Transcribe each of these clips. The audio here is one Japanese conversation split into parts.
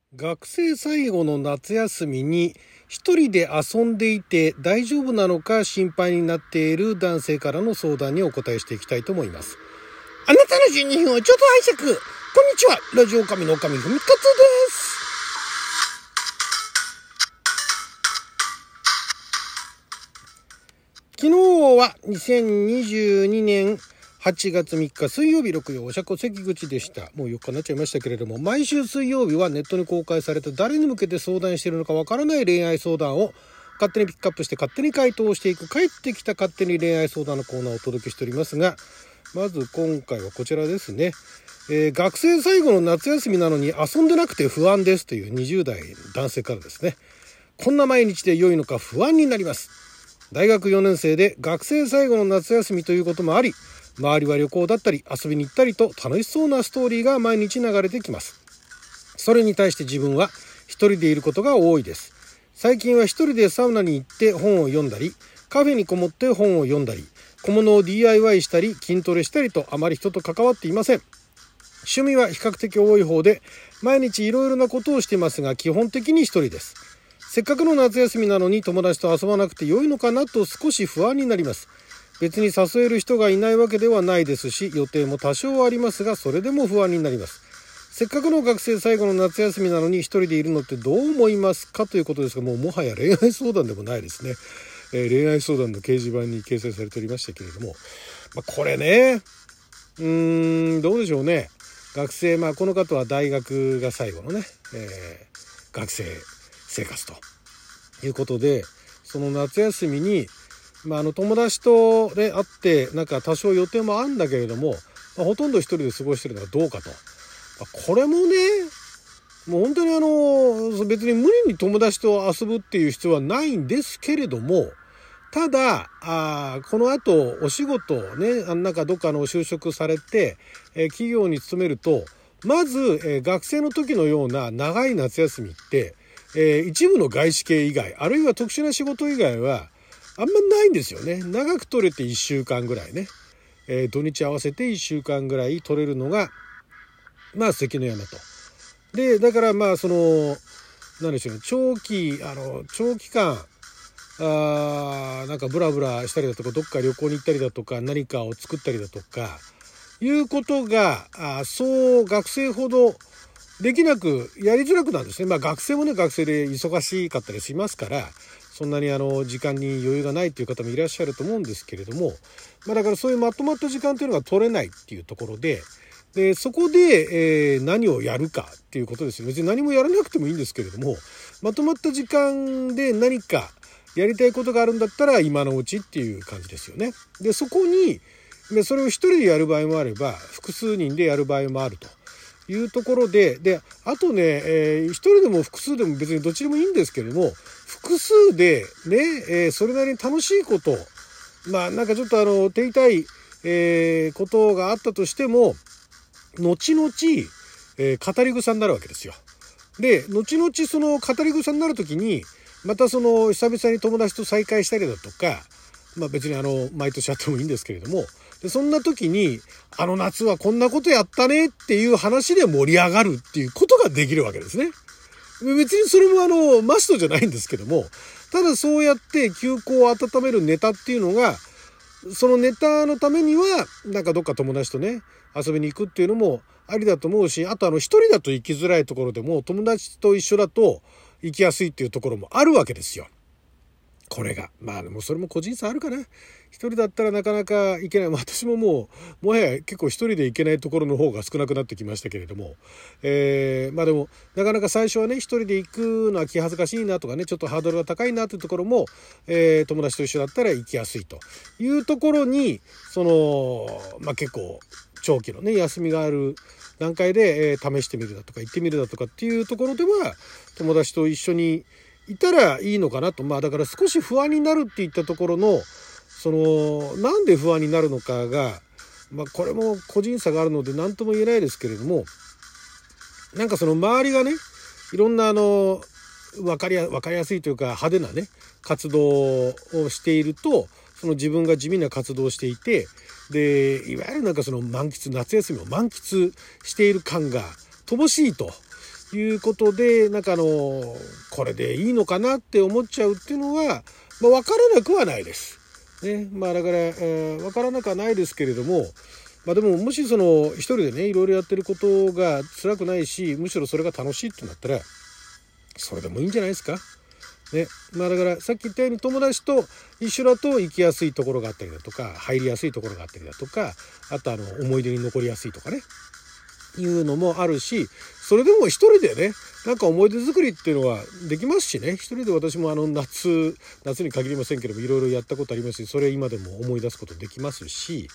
学生最後の夏休みに一人で遊んでいて大丈夫なのか心配になっている男性からの相談にお答えしていきたいと思います。あなたの12分をちょっと拝借。こんにちは、ラジオ神の神ふみかつです。昨日は2022年8月3日水曜日6時おしゃこ関口でした。もう4日になっちゃいましたけれども、毎週水曜日はネットに公開された誰に向けて相談しているのかわからない恋愛相談を勝手にピックアップして勝手に回答していく帰ってきた勝手に恋愛相談のコーナーをお届けしておりますが、まず今回はこちらですね。学生最後の夏休みなのに遊んでなくて不安ですという20代男性からですね。こんな毎日で良いのか不安になります。大学4年生で学生最後の夏休みということもあり、周りは旅行だったり遊びに行ったりと楽しそうなストーリーが毎日流れてきます。それに対して自分は一人でいることが多いです。最近は一人でサウナに行って本を読んだり、カフェにこもって本を読んだり、小物を DIY したり筋トレしたりとあまり人と関わっていません。趣味は比較的多い方で毎日いろいろなことをしていますが、基本的に一人です。せっかくの夏休みなのに友達と遊ばなくて良いのかなと少し不安になります。別に誘える人がいないわけではないですし、予定も多少ありますが、それでも不安になります。せっかくの学生最後の夏休みなのに一人でいるのってどう思いますかということですが、もはや恋愛相談でもないですね。恋愛相談の掲示板に掲載されておりましたけれども、これね、どうでしょうね。学生、この方は大学が最後のね、学生生活ということで、その夏休みに友達とね会ってなんか多少予定もあるんだけれども、ほとんど一人で過ごしてるのはどうかと。これもね、もう本当に別に無理に友達と遊ぶっていう必要はないんですけれども、ただこの後お仕事をね、なんかどっかの就職されて、企業に勤めると、まず、学生の時のような長い夏休みって、一部の外資系以外、あるいは特殊な仕事以外はあんまないんですよね。長く取れて1週間ぐらいね、土日合わせて1週間ぐらい取れるのが関の山と。でだから何でしょうね、長期間なんかブラブラしたりだとか、どっか旅行に行ったりだとか、何かを作ったりだとかいうことがそう学生ほどできなくやりづらくなるんですね。学生もね、学生で忙しかったりしますから、そんなに時間に余裕がないという方もいらっしゃると思うんですけれども、だからそういうまとまった時間というのが取れないっていうところで、そこで、何をやるかっていうことですよ。別に何もやらなくてもいいんですけれども、まとまった時間で何かやりたいことがあるんだったら今のうちっていう感じですよね。でそこにそれを一人でやる場合もあれば、複数人でやる場合もあるというところで、あとね、一人でも複数でも別にどっちでもいいんですけれども、複数でね、それなりに楽しいこと、なんかちょっと手痛い、ことがあったとしても、後々、語り草になるわけですよ。で後々その語り草になる時に、またその久々に友達と再会したりだとか、別に毎年やってもいいんですけれども、でそんな時に夏はこんなことやったねっていう話で盛り上がるっていうことができるわけですね。別にそれもマストじゃないんですけども、ただそうやって休校を温めるネタっていうのが、そのネタのためにはなんかどっか友達とね遊びに行くっていうのもありだと思うし、あと一人だと行きづらいところでも友達と一緒だと行きやすいっていうところもあるわけですよ。これがでもそれも個人差あるかな。一人だったらなかなか行けない。私ももはや結構一人で行けないところの方が少なくなってきましたけれども、でもなかなか最初はね、一人で行くのは気恥ずかしいなとかね、ちょっとハードルが高いなというところも、友達と一緒だったら行きやすいというところに、結構長期のね休みがある段階で、試してみるだとか行ってみるだとかっていうところでは友達と一緒にいたらいいのかなと。だから少し不安になるっていったところの、なんで不安になるのかが、これも個人差があるので何とも言えないですけれども、なんか周りがね、いろんな分かりやすいというか派手なね活動をしていると、その自分が地味な活動をしていて、でいわゆるなんか夏休みを満喫している感が乏しいということで、なんかこれでいいのかなって思っちゃうっていうのは、わからなくはないです。ね。だから、わからなくはないですけれども、でももし一人でね、いろいろやってることが辛くないし、むしろそれが楽しいってなったら、それでもいいんじゃないですか。ね。だからさっき言ったように友達と一緒だと行きやすいところがあったりだとか、入りやすいところがあったりだとか、あと思い出に残りやすいとかね。いうのもあるし、それでも一人でね、なんか思い出作りっていうのはできますしね。一人で私も夏に限りませんけども、いろいろやったことありますし、それ今でも思い出すことできますし、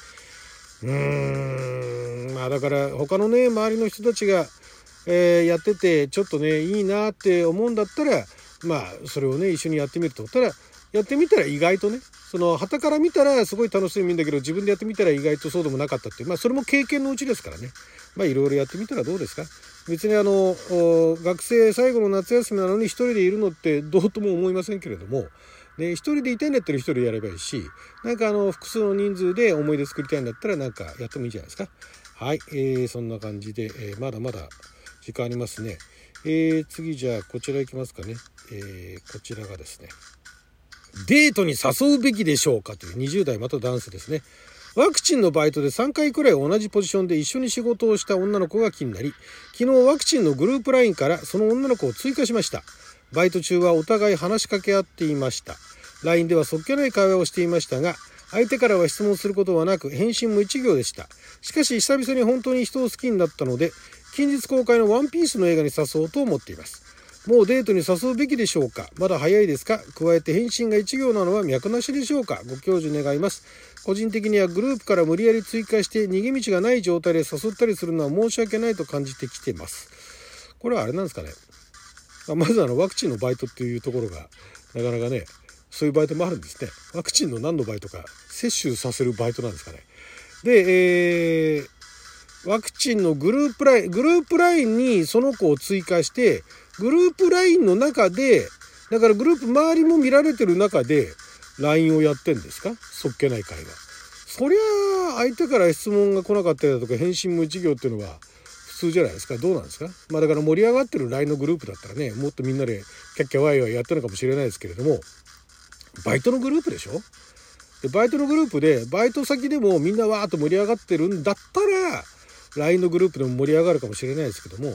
だから他のね、周りの人たちが、やっててちょっとねいいなって思うんだったら、それをね一緒にやってみると。ただやってみたら意外とね、傍から見たらすごい楽しいんだけど、自分でやってみたら意外とそうでもなかったっていう、それも経験のうちですからね。いろいろやってみたらどうですか。別に学生最後の夏休みなのに一人でいるのってどうとも思いませんけれども、一人でいたいんだったら一人でやればいいし、なんか複数の人数で思い出作りたいんだったらなんかやってもいいんじゃないですか。はい、そんな感じで、まだまだ時間ありますね。次じゃあこちらいきますかね。こちらがですね、デートに誘うべきでしょうかという20代また男性ですね。ワクチンのバイトで3回くらい同じポジションで一緒に仕事をした女の子が気になり、昨日ワクチンのグループ LINE からその女の子を追加しました。バイト中はお互い話しかけ合っていました。 LINE ではそっけない会話をしていましたが、相手からは質問することはなく返信も1行でした。しかし久々に本当に人を好きになったので、近日公開のワンピースの映画に誘おうと思っています。もうデートに誘うべきでしょうか。まだ早いですか。加えて返信が1行なのは脈なしでしょうか。ご教授願います。個人的にはグループから無理やり追加して逃げ道がない状態で誘ったりするのは申し訳ないと感じてきてます。これはあれなんですかね。まずワクチンのバイトっていうところがなかなかね、そういうバイトもあるんですね。ワクチンの何のバイトか、接種させるバイトなんですかね。で、ワクチンのグループラインにその子を追加して、グループ LINE の中で、だからグループ周りも見られてる中で LINE をやってんですか。そっけない会話。そりゃ相手から質問が来なかったりだとか、返信も1行っていうのは普通じゃないですか。どうなんですか。だから盛り上がってる LINE のグループだったらね、もっとみんなでキャッキャワイワイやってるのかもしれないですけれども、バイトのグループでしょ。でバイトのグループでバイト先でもみんなわーっと盛り上がってるんだったら LINE のグループでも盛り上がるかもしれないですけども、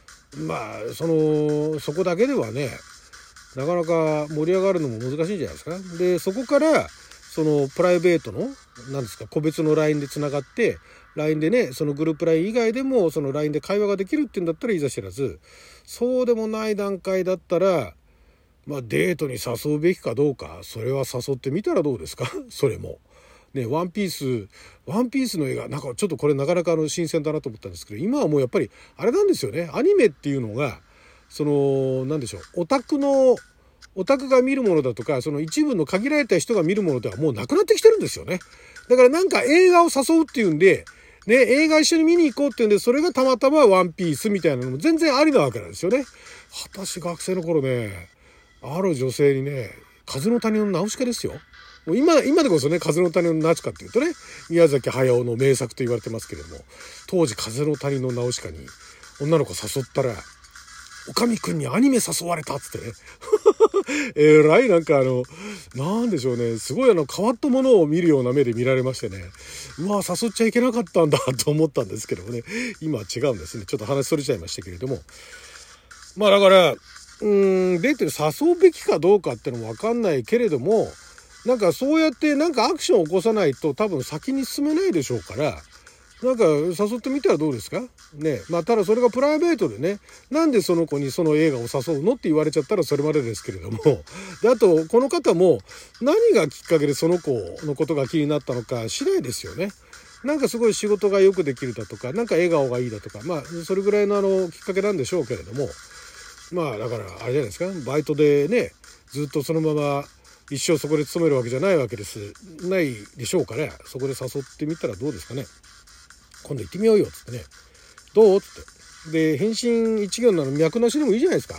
そこだけではね、なかなか盛り上がるのも難しいんじゃないですか。でそこからプライベートの何ですか、個別の LINE でつながって LINE でね、そのグループ LINE 以外でもLINE で会話ができるっていうんだったらいざ知らず、そうでもない段階だったらデートに誘うべきかどうか、それは誘ってみたらどうですか。それもね、ワンピースの映画、なんかちょっとこれなかなか新鮮だなと思ったんですけど、今はもうやっぱりあれなんですよね。アニメっていうのがなんでしょう、オタクが見るものだとか、一部の限られた人が見るものではもうなくなってきてるんですよね。だからなんか映画を誘うっていうんでね、映画一緒に見に行こうっていうんで、それがたまたまワンピースみたいなのも全然ありなわけなんですよね。私学生の頃ね、ある女性にね、風の谷のナウシカですよ。今でこそね、風の谷のナウシカっていうとね、宮崎駿の名作と言われてますけれども、当時風の谷のナウシカに女の子誘ったら、おかみくんにアニメ誘われたっつってね。えらいなんかなんでしょうね、すごい変わったものを見るような目で見られましてね、うわ誘っちゃいけなかったんだと思ったんですけどもね、今は違うんですね。ちょっと話それちゃいましたけれども、だからデートに誘うべきかどうかってのも分かんないけれども、なんかそうやってなんかアクションを起こさないと多分先に進めないでしょうから、なんか誘ってみたらどうですかね。ただそれがプライベートでね、なんでその子にその映画を誘うのって言われちゃったらそれまでですけれども、であとこの方も何がきっかけでその子のことが気になったのか次第ですよね。なんかすごい仕事がよくできるだとか、なんか笑顔がいいだとか、それぐらいのきっかけなんでしょうけれども、だからあれじゃないですか、バイトでねずっとそのまま一生そこで勤めるわけじゃないわけですないでしょうから、そこで誘ってみたらどうですかね。今度行ってみようよっつってね、どうっつって、で返信一行なの脈なしでもいいじゃないですか。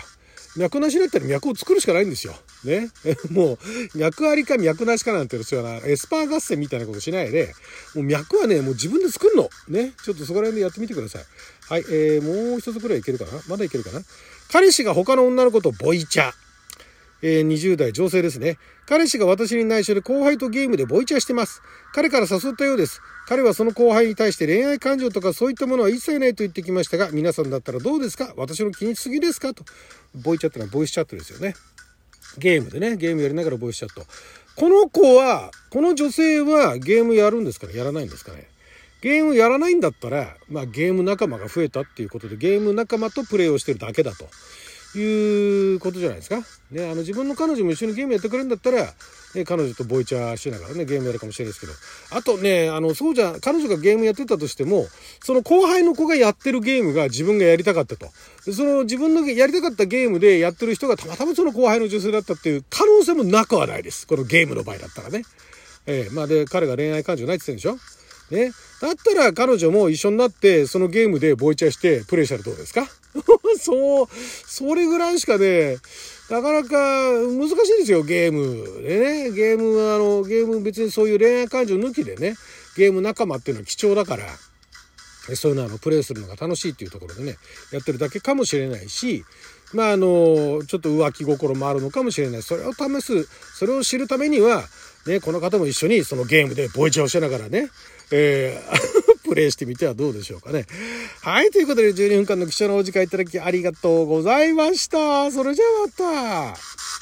脈なしだったら脈を作るしかないんですよ。ね。もう、脈ありか脈なしかなんていうのはエスパー合戦みたいなことしないで、もう脈はね、もう自分で作るの。ね。ちょっとそこら辺でやってみてください。はい。もう一つくらいいけるかな？まだいけるかな？彼氏が他の女の子とボイチャ。20代女性ですね。彼氏が私に内緒で後輩とゲームでボイチャしてます。彼から誘ったようです。彼はその後輩に対して恋愛感情とかそういったものは一切ないと言ってきましたが、皆さんだったらどうですか？私の気にしすぎですか？と。ボイチャってのはボイスチャットですよね。ゲームでね、ゲームやりながらボイスチャット。この女性はゲームやるんですかね？やらないんですかね？ゲームやらないんだったら、ゲーム仲間が増えたっていうことで、ゲーム仲間とプレイをしてるだけだということじゃないですか。ね、自分の彼女も一緒にゲームやってくれるんだったら、ね、彼女とボイチャしながらね、ゲームやるかもしれないですけど。あとね、彼女がゲームやってたとしても、その後輩の子がやってるゲームが自分がやりたかったと。でその自分のやりたかったゲームでやってる人がたまたまその後輩の女性だったっていう可能性もなくはないです。このゲームの場合だったらね。で、彼が恋愛感情ないって言ってるんでしょ？ね。だったら彼女も一緒になってそのゲームでボイチャしてプレイしたらどうですか？それぐらいしかね、なかなか難しいですよ、ゲームでね。ゲーム別にそういう恋愛感情抜きでね、ゲーム仲間っていうのは貴重だから、そういうのプレイするのが楽しいっていうところでね、やってるだけかもしれないし、ちょっと浮気心もあるのかもしれない。それを知るためには、ね、この方も一緒にそのゲームでボイチャをしながらね、プレイしてみてはどうでしょうかね。はい、ということで12分間の貴重なお時間いただきありがとうございました。それじゃあまた。